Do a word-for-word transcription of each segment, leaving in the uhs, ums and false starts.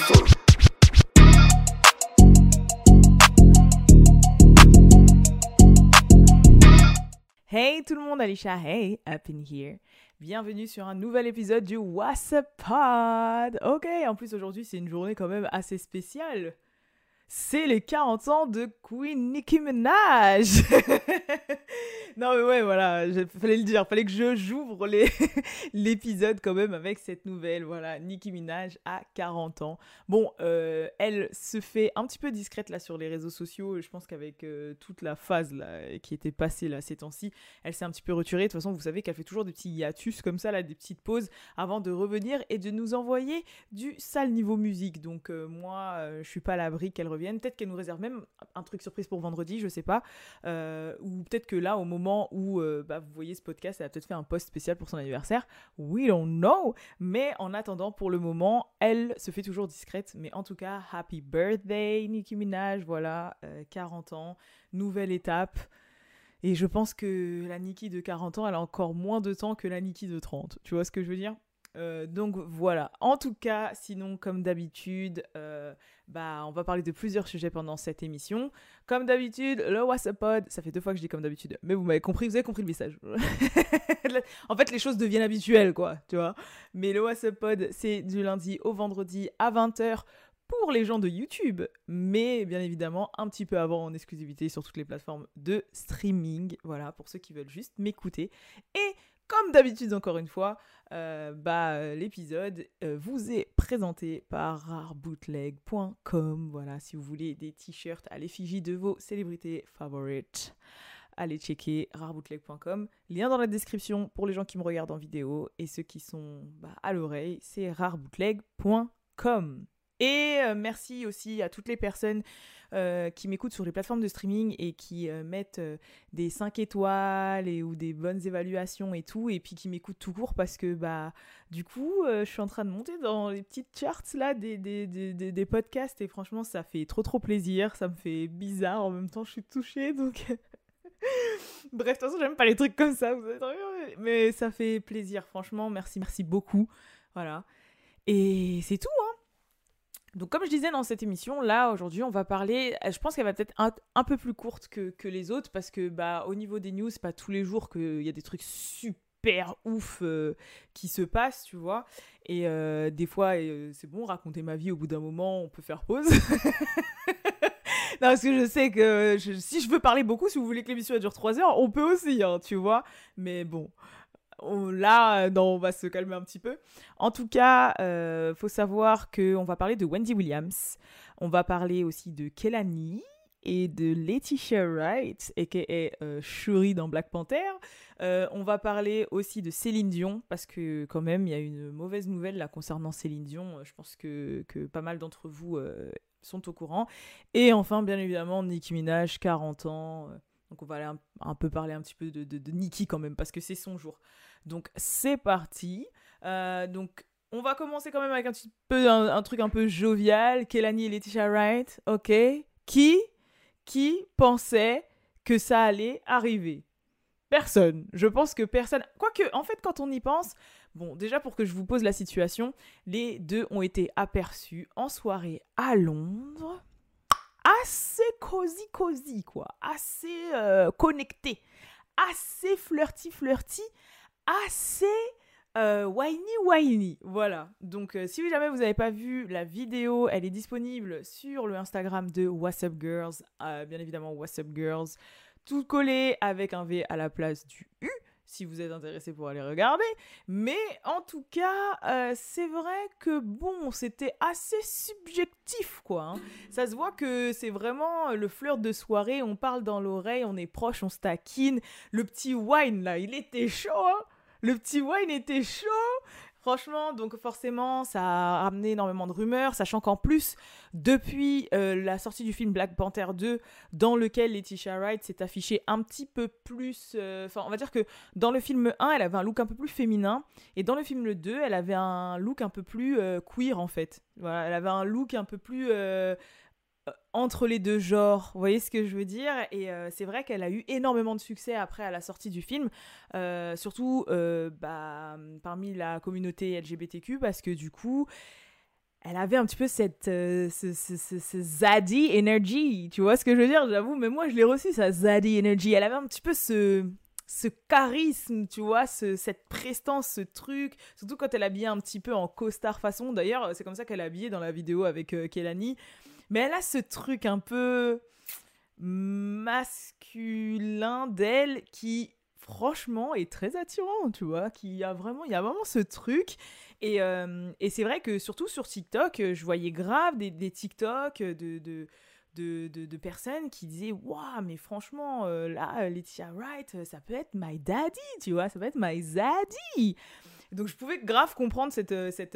son. Hey tout le monde, Alicia, hey, up in here. Bienvenue sur un nouvel épisode du What's Up Pod. Ok, en plus aujourd'hui c'est une journée quand même assez spéciale. C'est les quarante ans de Queen Nicki Minaj. Non mais ouais, voilà, il fallait le dire, fallait que je j'ouvre les l'épisode quand même avec cette nouvelle. Voilà, Nicki Minaj a quarante ans. Bon, euh, elle se fait un petit peu discrète là sur les réseaux sociaux. Je pense qu'avec euh, toute la phase là qui était passée là ces temps-ci, elle s'est un petit peu retirée. De toute façon, vous savez qu'elle fait toujours des petits hiatus comme ça là, des petites pauses avant de revenir et de nous envoyer du sale niveau musique. Donc euh, moi, euh, je suis pas à l'abri qu'elle revienne. Peut-être qu'elle nous réserve même un truc surprise pour vendredi, je sais pas. Euh, ou peut-être que là, au moment où euh, bah, vous voyez ce podcast, elle a peut-être fait un post spécial pour son anniversaire. We don't know. Mais en attendant, pour le moment, elle se fait toujours discrète. Mais en tout cas, happy birthday, Nicki Minaj. Voilà, euh, quarante ans, nouvelle étape. Et je pense que la Nicki de quarante ans, elle a encore moins de temps que la Nicki de trente. Tu vois ce que je veux dire ? Euh, donc voilà, en tout cas, sinon comme d'habitude, euh, bah, on va parler de plusieurs sujets pendant cette émission. Comme d'habitude, le What's Up Pod, ça fait deux fois que je dis comme d'habitude, mais vous m'avez compris, vous avez compris le message. En fait, les choses deviennent habituelles, quoi, tu vois. Mais le What's Up Pod, c'est du lundi au vendredi à vingt heures pour les gens de YouTube, mais bien évidemment un petit peu avant en exclusivité sur toutes les plateformes de streaming, voilà, pour ceux qui veulent juste m'écouter. Et comme d'habitude, encore une fois, euh, bah, l'épisode euh, vous est présenté par rare bootleg point com. Voilà, si vous voulez des t-shirts à l'effigie de vos célébrités favorites, allez checker rare bootleg point com. Lien dans la description pour les gens qui me regardent en vidéo et ceux qui sont bah, à l'oreille, c'est rare bootleg point com. Et euh, merci aussi à toutes les personnes euh, qui m'écoutent sur les plateformes de streaming et qui euh, mettent euh, des cinq étoiles et, ou des bonnes évaluations et tout, et puis qui m'écoutent tout court parce que bah, du coup, euh, je suis en train de monter dans les petites charts là, des, des, des, des, des podcasts et franchement, ça fait trop trop plaisir, ça me fait bizarre, en même temps, je suis touchée, donc... Bref, de toute façon, j'aime pas les trucs comme ça, vous savez, mais ça fait plaisir, franchement, merci, merci beaucoup, voilà. Et c'est tout, hein. Donc comme je disais dans cette émission, là aujourd'hui on va parler, je pense qu'elle va peut-être un, un peu plus courte que, que les autres parce que bah, au niveau des news, c'est pas tous les jours qu'il y a des trucs super ouf euh, qui se passent, tu vois. Et euh, des fois euh, c'est bon, raconter ma vie au bout d'un moment, on peut faire pause. Non, parce que je sais que je, si je veux parler beaucoup, si vous voulez que l'émission dure trois heures, on peut aussi, hein, tu vois. Mais bon... On, là, non, on va se calmer un petit peu. En tout cas, il euh, faut savoir qu'on va parler de Wendy Williams. On va parler aussi de Kehlani et de Letitia Wright, a k a. Euh, Shuri dans Black Panther. Euh, on va parler aussi de Céline Dion, parce que quand même, il y a une mauvaise nouvelle là, concernant Céline Dion. Je pense que, que pas mal d'entre vous euh, sont au courant. Et enfin, bien évidemment, Nicki Minaj, quarante ans. Euh, donc on va aller un, un peu parler un petit peu de, de, de Nicki quand même, parce que c'est son jour. Donc c'est parti. Euh, donc on va commencer quand même avec un petit peu un, un truc un peu jovial. Kehlani et Letitia Wright, ok. Qui, qui pensait que ça allait arriver ? Personne. Je pense que personne. Quoique, en fait, quand on y pense, bon, déjà pour que je vous pose la situation, les deux ont été aperçus en soirée à Londres. Assez cosy, cosy, quoi. Assez euh, connecté. Assez flirty, flirty. Assez euh, whiny, whiny. Voilà. Donc, euh, si jamais vous n'avez pas vu la vidéo, elle est disponible sur le Instagram de What's Up Girls. Euh, bien évidemment, What's Up Girls. Tout collé avec un V à la place du U. Si vous êtes intéressé pour aller regarder. Mais en tout cas, euh, c'est vrai que bon, c'était assez subjectif, quoi. Hein. Ça se voit que c'est vraiment le flirt de soirée. On parle dans l'oreille, on est proche, on se taquine. Le petit wine, là, il était chaud, hein. Le petit wine était chaud. Franchement, donc forcément, ça a ramené énormément de rumeurs, sachant qu'en plus, depuis euh, la sortie du film Black Panther deux, dans lequel Letitia Wright s'est affichée un petit peu plus... Enfin, euh, on va dire que dans le film un, elle avait un look un peu plus féminin, et dans le film deux, elle avait un look un peu plus euh, queer, en fait. Voilà, elle avait un look un peu plus... Euh, entre les deux genres, vous voyez ce que je veux dire ? Et euh, c'est vrai qu'elle a eu énormément de succès après à la sortie du film, euh, surtout euh, bah, parmi la communauté L G B T Q, parce que du coup, elle avait un petit peu cette euh, ce, ce, ce, ce zaddy energy, tu vois ce que je veux dire, j'avoue, mais moi je l'ai reçu, sa zaddy energy, elle avait un petit peu ce ce charisme, tu vois, ce, cette prestance, ce truc, surtout quand elle habillait un petit peu en costard façon, d'ailleurs c'est comme ça qu'elle est habillée dans la vidéo avec euh, Kehlani, mais elle a ce truc un peu masculin d'elle qui franchement est très attirant, tu vois, qui a vraiment, il y a vraiment ce truc. Et, euh, et c'est vrai que surtout sur TikTok, je voyais grave des, des TikTok de, de, de, de, de personnes qui disaient waouh, mais franchement, euh, là, Letitia Wright, ça peut être my daddy, tu vois, ça peut être my zaddy. Donc je pouvais grave comprendre cette, cette,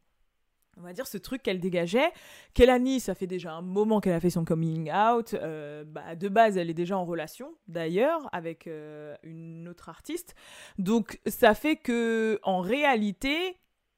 on va dire, ce truc qu'elle dégageait. Kehlani, ça fait déjà un moment qu'elle a fait son coming out. Euh, bah, de base, elle est déjà en relation, d'ailleurs, avec euh, une autre artiste. Donc, ça fait que, en réalité,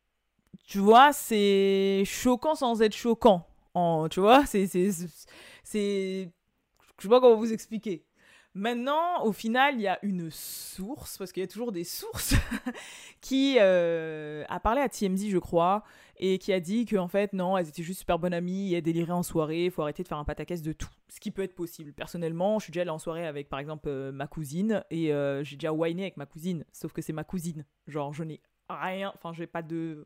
tu vois, c'est choquant sans être choquant. En, tu vois, c'est, c'est, c'est, c'est... Je sais pas comment vous expliquer. Maintenant, au final, il y a une source, parce qu'il y a toujours des sources, qui euh, a parlé à T M Z, je crois, et qui a dit qu'en fait, non, elles étaient juste super bonnes amies, elles déliraient en soirée, il faut arrêter de faire un pataquès de tout. Ce qui peut être possible. Personnellement, je suis déjà allée en soirée avec, par exemple, euh, ma cousine, et euh, j'ai déjà whiné avec ma cousine, sauf que c'est ma cousine. Genre, je n'ai rien, enfin, j'ai pas de...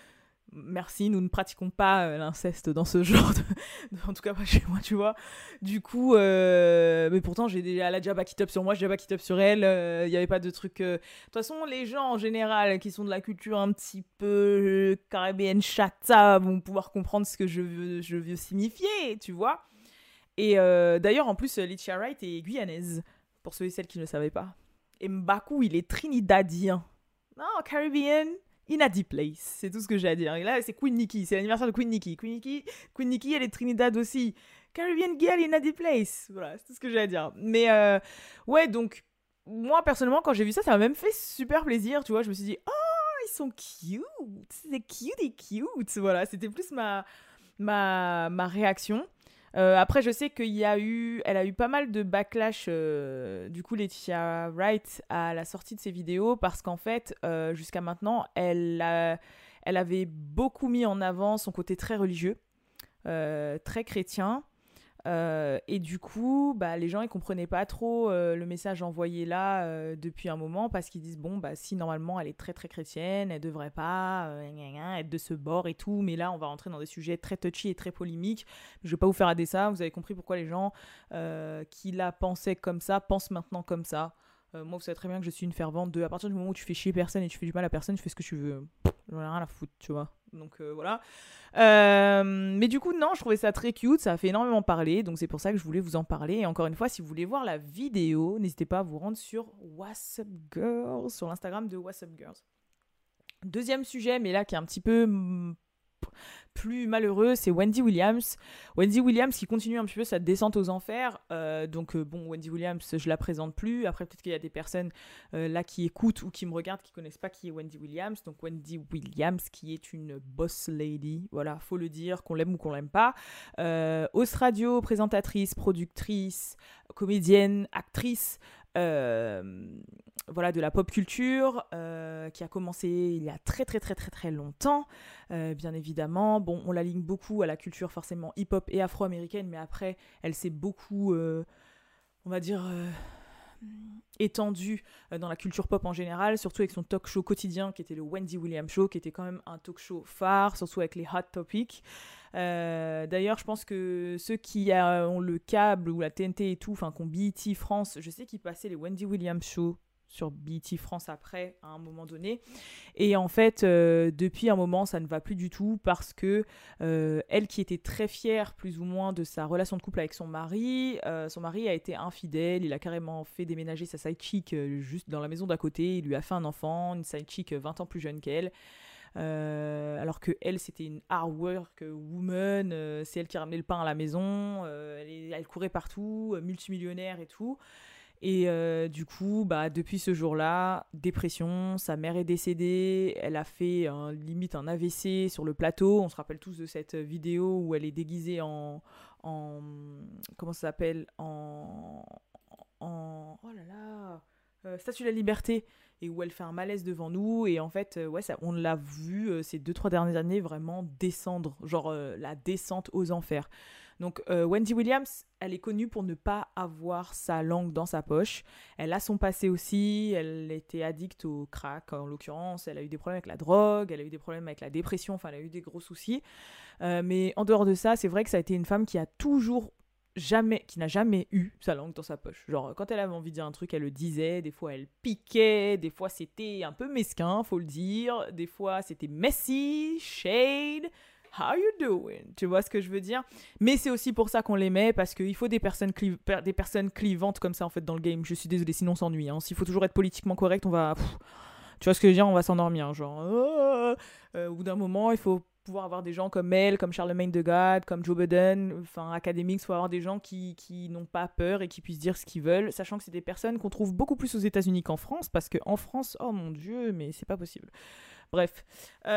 Merci, nous ne pratiquons pas euh, l'inceste dans ce genre de... En tout cas, pas chez moi, tu vois. Du coup, euh... mais pourtant, j'ai déjà... elle a déjà back it up sur moi, j'ai déjà back it up sur elle. Il euh, n'y avait pas de truc... De euh... toute façon, les gens, en général, qui sont de la culture un petit peu euh, caribéenne chata, vont pouvoir comprendre ce que je veux, je veux signifier, tu vois. Et euh, d'ailleurs, en plus, Letitia Wright est guyanaise, pour ceux et celles qui ne le savaient pas. Et Mbaku, il est trinidadien. Non, caribéen... in a deep place, c'est tout ce que j'ai à dire. Et là, c'est Queen Nikki, c'est l'anniversaire de Queen Nikki. Queen Nikki, Queen Nikki, elle est Trinidad aussi. Caribbean girl in a deep place. Voilà, c'est tout ce que j'ai à dire. Mais euh, ouais, donc, moi, personnellement, quand j'ai vu ça, ça m'a même fait super plaisir, tu vois. Je me suis dit, oh, ils sont cute. C'est cute et cute. Voilà, c'était plus ma, ma, ma réaction. Euh, après, je sais qu'il y a eu, elle a eu pas mal de backlash, euh, du coup, Letitia Wright, à la sortie de ses vidéos, parce qu'en fait, euh, jusqu'à maintenant, elle, a, elle avait beaucoup mis en avant son côté très religieux, euh, très chrétien. Euh, et du coup, bah, les gens ils comprenaient pas trop euh, le message envoyé là euh, depuis un moment, parce qu'ils disent bon bah si normalement elle est très très chrétienne, elle devrait pas euh, gna gna, être de ce bord et tout, mais là on va rentrer dans des sujets très touchy et très polémiques. Je vais pas vous faire à dessin, vous avez compris pourquoi les gens euh, qui la pensaient comme ça pensent maintenant comme ça. Euh, moi vous savez très bien que je suis une fervente de à partir du moment où tu fais chier personne et tu fais du mal à personne, tu fais ce que tu veux. J'en ai rien à foutre, tu vois. Donc euh, voilà. Euh, mais du coup, non, je trouvais ça très cute, ça a fait énormément parler, donc c'est pour ça que je voulais vous en parler. Et encore une fois, si vous voulez voir la vidéo, n'hésitez pas à vous rendre sur What's Up Girls, sur l'Instagram de What's Up Girls. Deuxième sujet, mais là qui est un petit peu plus malheureux, c'est Wendy Williams. Wendy Williams qui continue un petit peu sa descente aux enfers. Euh, donc euh, bon, Wendy Williams, je la présente plus. Après, peut-être qu'il y a des personnes euh, là qui écoutent ou qui me regardent qui connaissent pas qui est Wendy Williams. Donc Wendy Williams qui est une boss lady. Voilà, faut le dire, qu'on l'aime ou qu'on l'aime pas. Euh, host radio, présentatrice, productrice, comédienne, actrice. Euh, voilà, de la pop culture euh, qui a commencé il y a très très très très très longtemps, euh, bien évidemment. Bon, on la ligne beaucoup à la culture forcément hip-hop et afro-américaine, mais après elle s'est beaucoup euh, on va dire euh, étendue euh, dans la culture pop en général, surtout avec son talk show quotidien qui était le Wendy Williams Show, qui était quand même un talk show phare, surtout avec les hot topics. Euh, d'ailleurs, je pense que ceux qui a, ont le câble ou la T N T et tout, enfin, qui ont B E T France, je sais qu'ils passaient les Wendy Williams Show sur B E T France après, à un moment donné. Et en fait, euh, depuis un moment, ça ne va plus du tout parce que euh, elle qui était très fière, plus ou moins, de sa relation de couple avec son mari, euh, son mari a été infidèle, il a carrément fait déménager sa side chick euh, juste dans la maison d'à côté, il lui a fait un enfant, une side chick vingt ans plus jeune qu'elle. Euh, alors que elle c'était une hard work woman, euh, c'est elle qui ramenait le pain à la maison, euh, elle, elle courait partout, euh, multimillionnaire et tout. Et euh, du coup, bah, depuis ce jour-là, dépression, sa mère est décédée, elle a fait un, limite un A V C sur le plateau. On se rappelle tous de cette vidéo où elle est déguisée en... en comment ça s'appelle en, en... Oh là là euh, Statue de la Liberté. et où elle fait un malaise devant nous. Et en fait, euh, ouais, ça, on l'a vu euh, ces deux, trois dernières années vraiment descendre, genre euh, la descente aux enfers. Donc euh, Wendy Williams, elle est connue pour ne pas avoir sa langue dans sa poche. Elle a son passé aussi, elle était addicte au crack en l'occurrence, elle a eu des problèmes avec la drogue, elle a eu des problèmes avec la dépression, enfin elle a eu des gros soucis. Euh, mais en dehors de ça, c'est vrai que ça a été une femme qui a toujours jamais, qui n'a jamais eu sa langue dans sa poche. Genre quand elle avait envie de dire un truc, elle le disait, des fois elle piquait, des fois c'était un peu mesquin, faut le dire, des fois c'était messy, shade. How you doing? Tu vois ce que je veux dire? Mais c'est aussi pour ça qu'on l'aimait, parce qu'il faut des personnes, cli- des personnes clivantes comme ça en fait dans le game. Je suis désolée, sinon on s'ennuie. Hein. S'il faut toujours être politiquement correct, on va... Pff, tu vois ce que je veux dire? On va s'endormir. Genre, euh, euh, au bout d'un moment, il faut pouvoir avoir des gens comme elle, comme Charlemagne de Gaulle, comme Joe Biden, enfin académiques, il faut avoir des gens qui, qui n'ont pas peur et qui puissent dire ce qu'ils veulent, sachant que c'est des personnes qu'on trouve beaucoup plus aux États-Unis qu'en France, parce qu'en France, oh mon Dieu, mais c'est pas possible. Bref.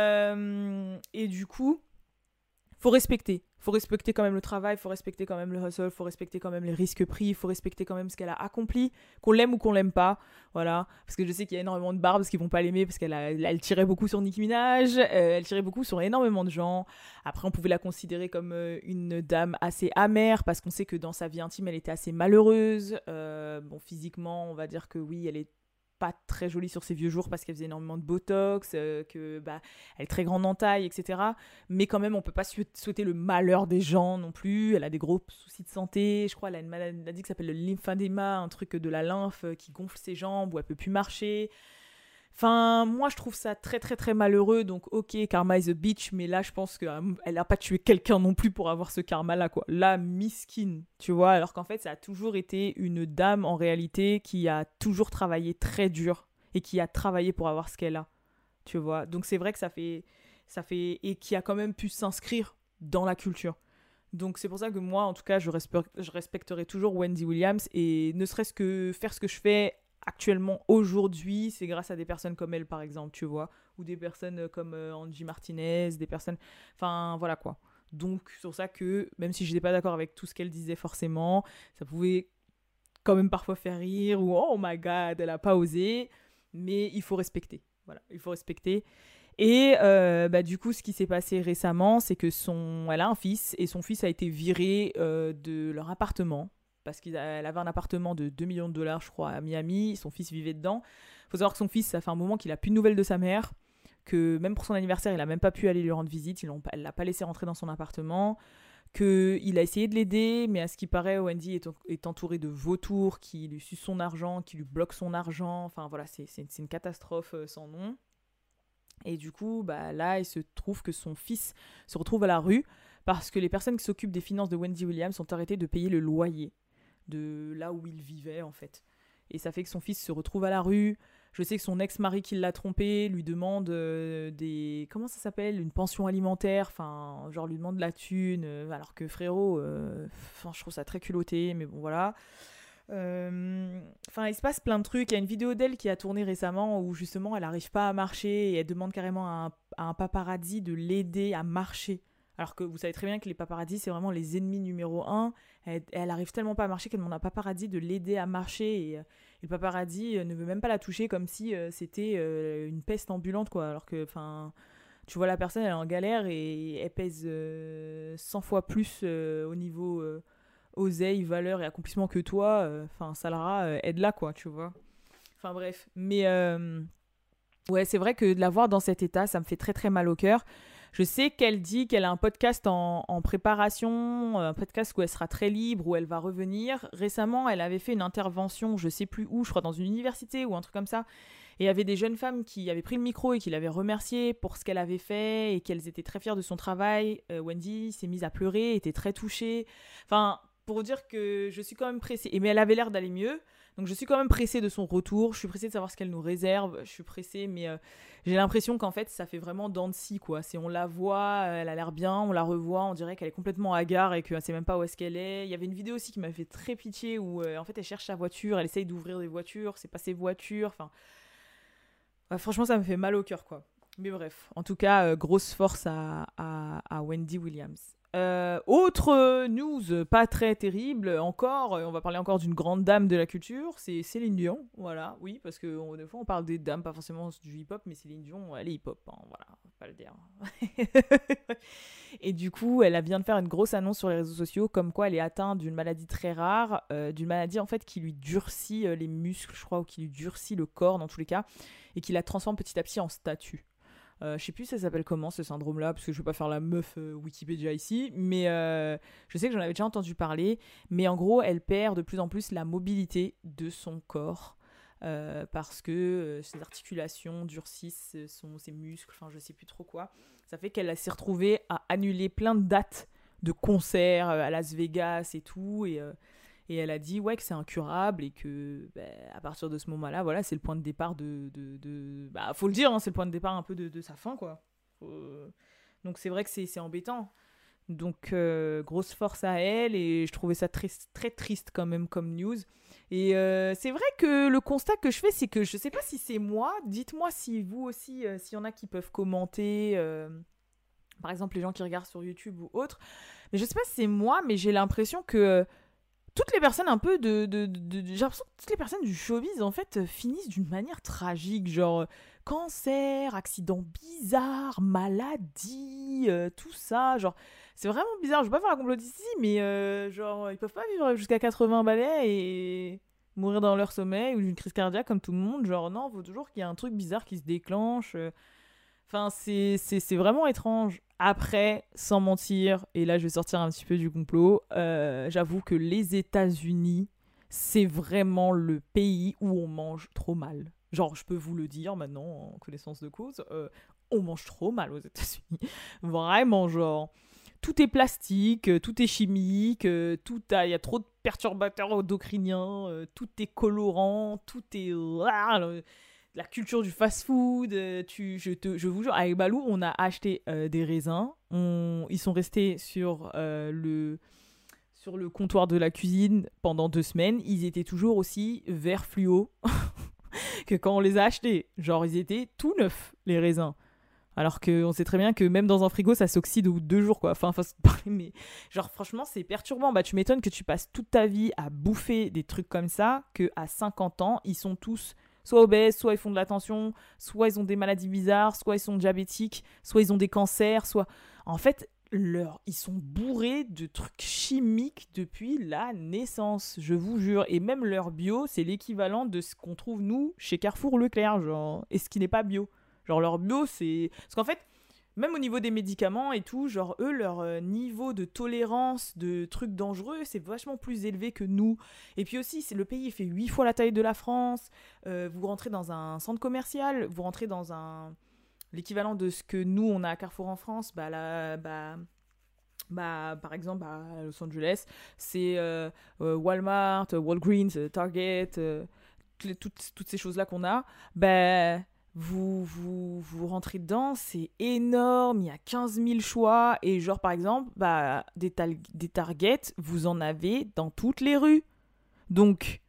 Euh, et du coup... faut respecter. Faut respecter quand même le travail, faut respecter quand même le hustle, faut respecter quand même les risques pris, faut respecter quand même ce qu'elle a accompli, qu'on l'aime ou qu'on l'aime pas, voilà. Parce que je sais qu'il y a énormément de barbes qui vont pas l'aimer parce qu'elle a, elle tirait beaucoup sur Nicki Minaj, euh, elle tirait beaucoup sur énormément de gens. Après, on pouvait la considérer comme euh, une dame assez amère parce qu'on sait que dans sa vie intime, elle était assez malheureuse. Euh, bon, physiquement, on va dire que oui, elle est pas très jolie sur ses vieux jours parce qu'elle faisait énormément de botox, euh, que bah elle est très grande en taille, et cetera. Mais quand même, on peut pas su- souhaiter le malheur des gens non plus. Elle a des gros soucis de santé. Je crois elle a une maladie qui s'appelle le lymphadéma, un truc de la lymphe qui gonfle ses jambes où elle peut plus marcher. Enfin, moi, je trouve ça très, très, très malheureux. Donc, ok, karma is a bitch, mais là, je pense qu'elle n'a pas tué quelqu'un non plus pour avoir ce karma-là, quoi. Là, miskine, tu vois. Alors qu'en fait, ça a toujours été une dame, en réalité, qui a toujours travaillé très dur et qui a travaillé pour avoir ce qu'elle a, tu vois. Donc, c'est vrai que ça fait... ça fait et qui a quand même pu s'inscrire dans la culture. Donc, c'est pour ça que moi, en tout cas, je, respecte, je respecterai toujours Wendy Williams. Et ne serait-ce que faire ce que je fais actuellement, aujourd'hui, c'est grâce à des personnes comme elle, par exemple, tu vois, ou des personnes comme euh, Angie Martinez, des personnes... Enfin, voilà, quoi. Donc, c'est pour ça que, même si je n'étais pas d'accord avec tout ce qu'elle disait forcément, ça pouvait quand même parfois faire rire, ou « Oh my God, elle a pas osé », mais il faut respecter. Voilà, il faut respecter. Et euh, bah, du coup, ce qui s'est passé récemment, c'est que son... elle a un fils, et son fils a été viré euh, de leur appartement, parce qu'elle avait un appartement de deux millions de dollars, je crois, à Miami. Son fils vivait dedans. Il faut savoir que son fils, ça fait un moment qu'il n'a plus de nouvelles de sa mère, que même pour son anniversaire, il n'a même pas pu aller lui rendre visite. Ils elle ne l'a pas laissé rentrer dans son appartement. Qu'il a essayé de l'aider, mais à ce qui paraît, Wendy est, est entourée de vautours qui lui sucent son argent, qui lui bloquent son argent. Enfin, voilà, c'est, c'est, c'est une catastrophe sans nom. Et du coup, bah, là, il se trouve que son fils se retrouve à la rue parce que les personnes qui s'occupent des finances de Wendy Williams ont arrêté de payer le loyer de là où il vivait en fait. Et ça fait que son fils se retrouve à la rue. Je sais que son ex-mari qui l'a trompé lui demande euh, des... comment ça s'appelle? Une pension alimentaire, enfin, genre lui demande de la thune, euh, alors que frérot, euh, je trouve ça très culotté, mais bon voilà. Euh, Enfin, il se passe plein de trucs. Il y a une vidéo d'elle qui a tourné récemment où justement elle n'arrive pas à marcher et elle demande carrément à un, à un paparazzi de l'aider à marcher. Alors que vous savez très bien que les paparazzis, c'est vraiment les ennemis numéro un. Elle, elle arrive tellement pas à marcher qu'elle demande à un paparazzi de l'aider à marcher. Et, et le paparazzi ne veut même pas la toucher comme si euh, c'était euh, une peste ambulante, quoi. Alors que, enfin, tu vois la personne, elle est en galère et elle pèse euh, cent fois plus euh, au niveau euh, oseille, valeur et accomplissement que toi. Enfin, euh, Salara, euh, aide-la, quoi, tu vois. Enfin, bref. Mais, euh, ouais, c'est vrai que de la voir dans cet état, ça me fait très, très mal au cœur. Je sais qu'elle dit qu'elle a un podcast en, en préparation, un podcast où elle sera très libre, où elle va revenir. Récemment, elle avait fait une intervention, je sais plus où, je crois dans une université ou un truc comme ça. Et il y avait des jeunes femmes qui avaient pris le micro et qui l'avaient remerciée pour ce qu'elle avait fait et qu'elles étaient très fières de son travail. Euh, Wendy s'est mise à pleurer, était très touchée. Enfin, pour dire que je suis quand même pressée. Et mais elle avait l'air d'aller mieux. Donc je suis quand même pressée de son retour, je suis pressée de savoir ce qu'elle nous réserve, je suis pressée, mais euh, j'ai l'impression qu'en fait ça fait vraiment dents de scie, quoi. C'est, on la voit, elle a l'air bien, on la revoit, on dirait qu'elle est complètement hagard et qu'elle ne sait même pas où est-ce qu'elle est. Il y avait une vidéo aussi qui m'a fait très pitié où euh, en fait elle cherche sa voiture, elle essaye d'ouvrir des voitures, c'est pas ses voitures, enfin... Ouais, franchement ça me fait mal au cœur, quoi. Mais bref, en tout cas, euh, grosse force à, à, à Wendy Williams. Euh, autre euh, news pas très terrible, encore, euh, on va parler encore d'une grande dame de la culture, c'est Céline Dion, voilà, oui, parce que on, des fois on parle des dames, pas forcément du hip-hop, mais Céline Dion, elle est hip-hop, hein, voilà, faut pas le dire. Et du coup, elle vient de faire une grosse annonce sur les réseaux sociaux, comme quoi elle est atteinte d'une maladie très rare, euh, d'une maladie en fait qui lui durcit euh, les muscles, je crois, ou qui lui durcit le corps dans tous les cas, et qui la transforme petit à petit en statue. Euh, je sais plus ça s'appelle comment ce syndrome-là, parce que je vais pas faire la meuf euh, Wikipédia ici, mais euh, je sais que j'en avais déjà entendu parler. Mais en gros, elle perd de plus en plus la mobilité de son corps euh, parce que euh, ses articulations durcissent son, ses muscles, enfin je sais plus trop quoi. Ça fait qu'elle s'est retrouvée à annuler plein de dates de concerts euh, à Las Vegas et tout, et euh, et elle a dit ouais que c'est incurable et que bah, à partir de ce moment-là, voilà, c'est le point de départ de, de, de... bah faut le dire, hein, c'est le point de départ un peu de, de sa fin quoi. Faut... Donc c'est vrai que c'est, c'est embêtant. Donc euh, grosse force à elle et je trouvais ça très, très triste quand même comme news. Et euh, c'est vrai que le constat que je fais, c'est que je sais pas si c'est moi. Dites-moi si vous aussi, euh, s'il y en a qui peuvent commenter. Euh... Par exemple les gens qui regardent sur YouTube ou autre. Mais je sais pas si c'est moi, mais j'ai l'impression que toutes les personnes un peu de, de, de, de j'ai l'impression que toutes les personnes du showbiz en fait finissent d'une manière tragique, genre euh, cancer, accident bizarre, maladie, euh, tout ça, genre c'est vraiment bizarre. Je vais pas faire la complotiste ici, mais euh, genre ils peuvent pas vivre jusqu'à quatre-vingts balais et mourir dans leur sommeil ou d'une crise cardiaque comme tout le monde. Genre non, faut toujours qu'il y ait un truc bizarre qui se déclenche. euh. Enfin, c'est, c'est, c'est vraiment étrange. Après, sans mentir, et là je vais sortir un petit peu du complot, euh, j'avoue que les États-Unis, c'est vraiment le pays où on mange trop mal. Genre, je peux vous le dire maintenant, en connaissance de cause, euh, on mange trop mal aux États-Unis. Vraiment, genre, tout est plastique, euh, tout est chimique, euh, tout a, il y a trop de perturbateurs endocriniens, euh, tout est colorant, tout est... Ah, le- la culture du fast-food, euh, tu, je, te, je vous jure, avec Balou, on a acheté euh, des raisins, on, ils sont restés sur, euh, le, sur le comptoir de la cuisine pendant deux semaines, ils étaient toujours aussi vert fluo que quand on les a achetés. Genre, ils étaient tout neufs, les raisins. Alors qu'on sait très bien que même dans un frigo, ça s'oxyde au bout de deux jours, quoi. Enfin, façon de parler, mais genre, franchement, c'est perturbant. Bah, tu m'étonnes que tu passes toute ta vie à bouffer des trucs comme ça, qu'à cinquante ans, ils sont tous soit obèses, soit ils font de la tension, soit ils ont des maladies bizarres, soit ils sont diabétiques, soit ils ont des cancers, soit... En fait, leur... ils sont bourrés de trucs chimiques depuis la naissance, je vous jure. Et même leur bio, c'est l'équivalent de ce qu'on trouve, nous, chez Carrefour Leclerc, genre... Et ce qui n'est pas bio. Genre, leur bio, c'est... Parce qu'en fait, même au niveau des médicaments et tout, genre, eux, leur euh, niveau de tolérance de trucs dangereux, c'est vachement plus élevé que nous. Et puis aussi, c'est, le pays fait huit fois la taille de la France. Euh, vous rentrez dans un centre commercial, vous rentrez dans un... l'équivalent de ce que nous, on a à Carrefour en France, bah, là, bah... Bah, par exemple, bah, à Los Angeles, c'est euh, euh, Walmart, Walgreens, Target, euh, toutes, les- toutes, toutes ces choses-là qu'on a. Bah, vous, vous, vous rentrez dedans, c'est énorme, il y a quinze mille choix. Et genre, par exemple, bah, des, tal- des Target, vous en avez dans toutes les rues. Donc,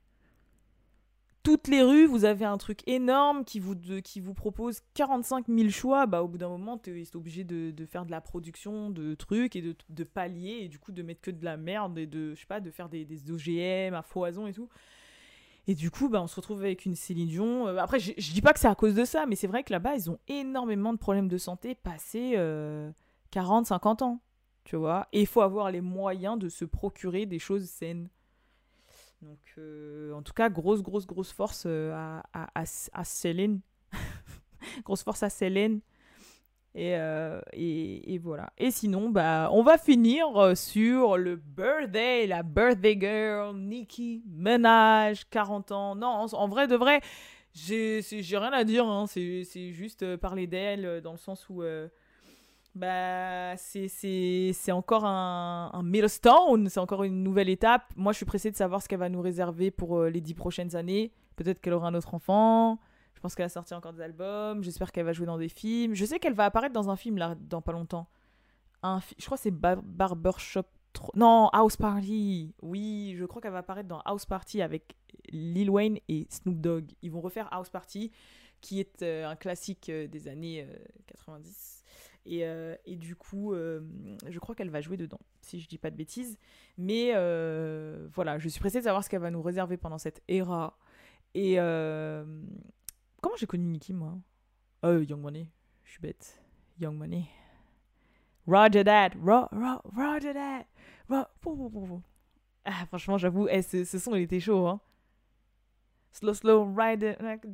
toutes les rues, vous avez un truc énorme qui vous, de- qui vous propose quarante-cinq mille choix. Bah, au bout d'un moment, t'es t'es obligé de, de faire de la production de trucs et de, de pallier, et du coup de mettre que de la merde et de, je sais pas, de faire des, des O G M à foison et tout. Et du coup, bah, on se retrouve avec une Céline Dion. Euh, après, je, je dis pas que c'est à cause de ça, mais c'est vrai que là-bas, ils ont énormément de problèmes de santé passés euh, quarante, cinquante ans, tu vois. Et il faut avoir les moyens de se procurer des choses saines. Donc, euh, en tout cas, grosse, grosse, grosse force euh, à, à, à, à Céline. Grosse force à Céline. Et, euh, et, et voilà. Et sinon, bah, on va finir euh, sur le birthday, la birthday girl, Nicki Minaj, quarante ans. Non, en, en vrai de vrai, j'ai, c'est- j'ai rien à dire. Hein. C'est, c'est juste euh, parler d'elle euh, dans le sens où euh, bah, c'est, c'est, c'est encore un, un milestone, c'est encore une nouvelle étape. Moi, je suis pressée de savoir ce qu'elle va nous réserver pour euh, les dix prochaines années. Peut-être qu'elle aura un autre enfant. Je pense qu'elle a sorti encore des albums. J'espère qu'elle va jouer dans des films. Je sais qu'elle va apparaître dans un film là, dans pas longtemps. Un fi- je crois que c'est Bar- Barbershop trois. Non, House Party. Oui, je crois qu'elle va apparaître dans House Party avec Lil Wayne et Snoop Dogg. Ils vont refaire House Party. qui est euh, un classique euh, des années euh, quatre-vingt-dix. Et, euh, et du coup, euh, je crois qu'elle va jouer dedans, si je dis pas de bêtises. Mais euh, voilà, je suis pressée de savoir ce qu'elle va nous réserver pendant cette era. Et euh, comment j'ai connu Nicki, moi? Euh, Young Money, je suis bête. Young Money. Roger that, ro, ro, Roger that. Ro, pou, pou, pou, pou. Ah, franchement, j'avoue, eh, ce, ce son, il était chaud, hein. Slow, slow, ride.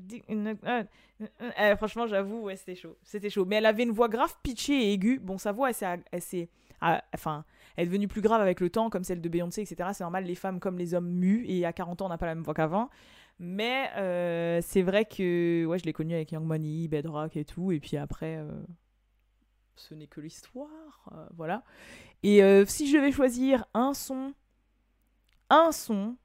Eh, franchement, j'avoue, ouais, c'était chaud. C'était chaud. Mais elle avait une voix grave pitchée et aiguë. Bon, sa voix, elle s'est. Elle, s'est ah, enfin, elle est devenue plus grave avec le temps, comme celle de Beyoncé, et cetera. C'est normal, les femmes comme les hommes muent. Et à quarante ans, on n'a pas la même voix qu'avant. Mais euh, c'est vrai que ouais, je l'ai connue avec Young Money, Bedrock et tout. Et puis après, euh, ce n'est que l'histoire. Euh, voilà. Et euh, si je devais choisir un son. Un son.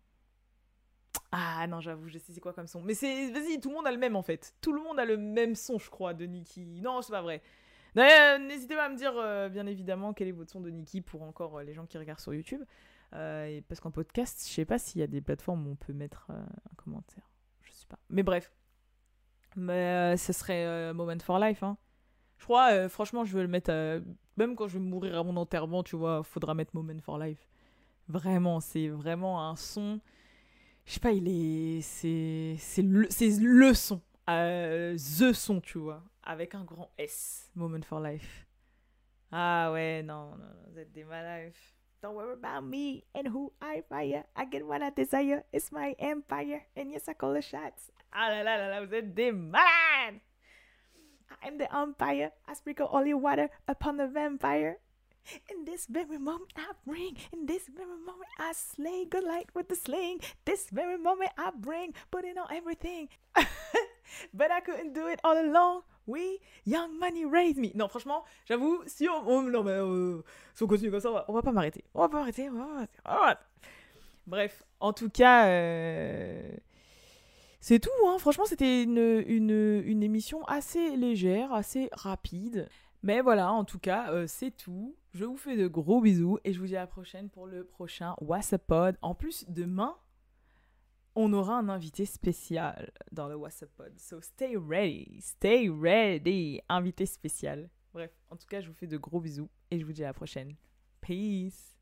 Ah non, j'avoue, je sais c'est quoi comme son. Mais c'est. Vas-y, tout le monde a le même en fait. Tout le monde a le même son, je crois, de Nicki. Non, c'est pas vrai. D'ailleurs, n'hésitez pas à me dire, euh, bien évidemment, quel est votre son de Nicki pour encore euh, les gens qui regardent sur YouTube. Euh, et parce qu'en podcast, je sais pas s'il y a des plateformes où on peut mettre euh, un commentaire. Je sais pas. Mais bref. Mais euh, ce serait euh, Moment for Life. Hein. Je crois, euh, franchement, je veux le mettre. Euh, même quand je vais mourir à mon enterrement, tu vois, faudra mettre Moment for Life. Vraiment, c'est vraiment un son. Je sais pas, il est. C'est, c'est, le, c'est le son. Euh, the son, tu vois. Avec un grand S. Moment for Life. Ah ouais, non, non, non, vous êtes des malades. Don't worry about me and who I fire. I get what I desire. It's my empire. And yes, I call the shots. Ah là là là là, vous êtes des malades. I am the umpire. I sprinkle holy water upon the vampire. In this very moment I bring. In this very moment I slay. Good light with the sling. This very moment I bring. Putting on everything. But I couldn't do it all alone. Oui, Young Money raised me. Non, franchement, j'avoue, si on, on non mais euh, si on continue comme ça, on va, on va pas m'arrêter. On va pas m'arrêter. On va pas m'arrêter. On va pas... Bref, en tout cas, euh, c'est tout. Hein. Franchement, c'était une, une, une émission assez légère, assez rapide. Mais voilà, en tout cas, euh, c'est tout. Je vous fais de gros bisous et je vous dis à la prochaine pour le prochain WhatsApp Pod. En plus, demain, on aura un invité spécial dans le WhatsApp Pod. So stay ready, stay ready. Invité spécial. Bref, en tout cas, je vous fais de gros bisous et je vous dis à la prochaine. Peace.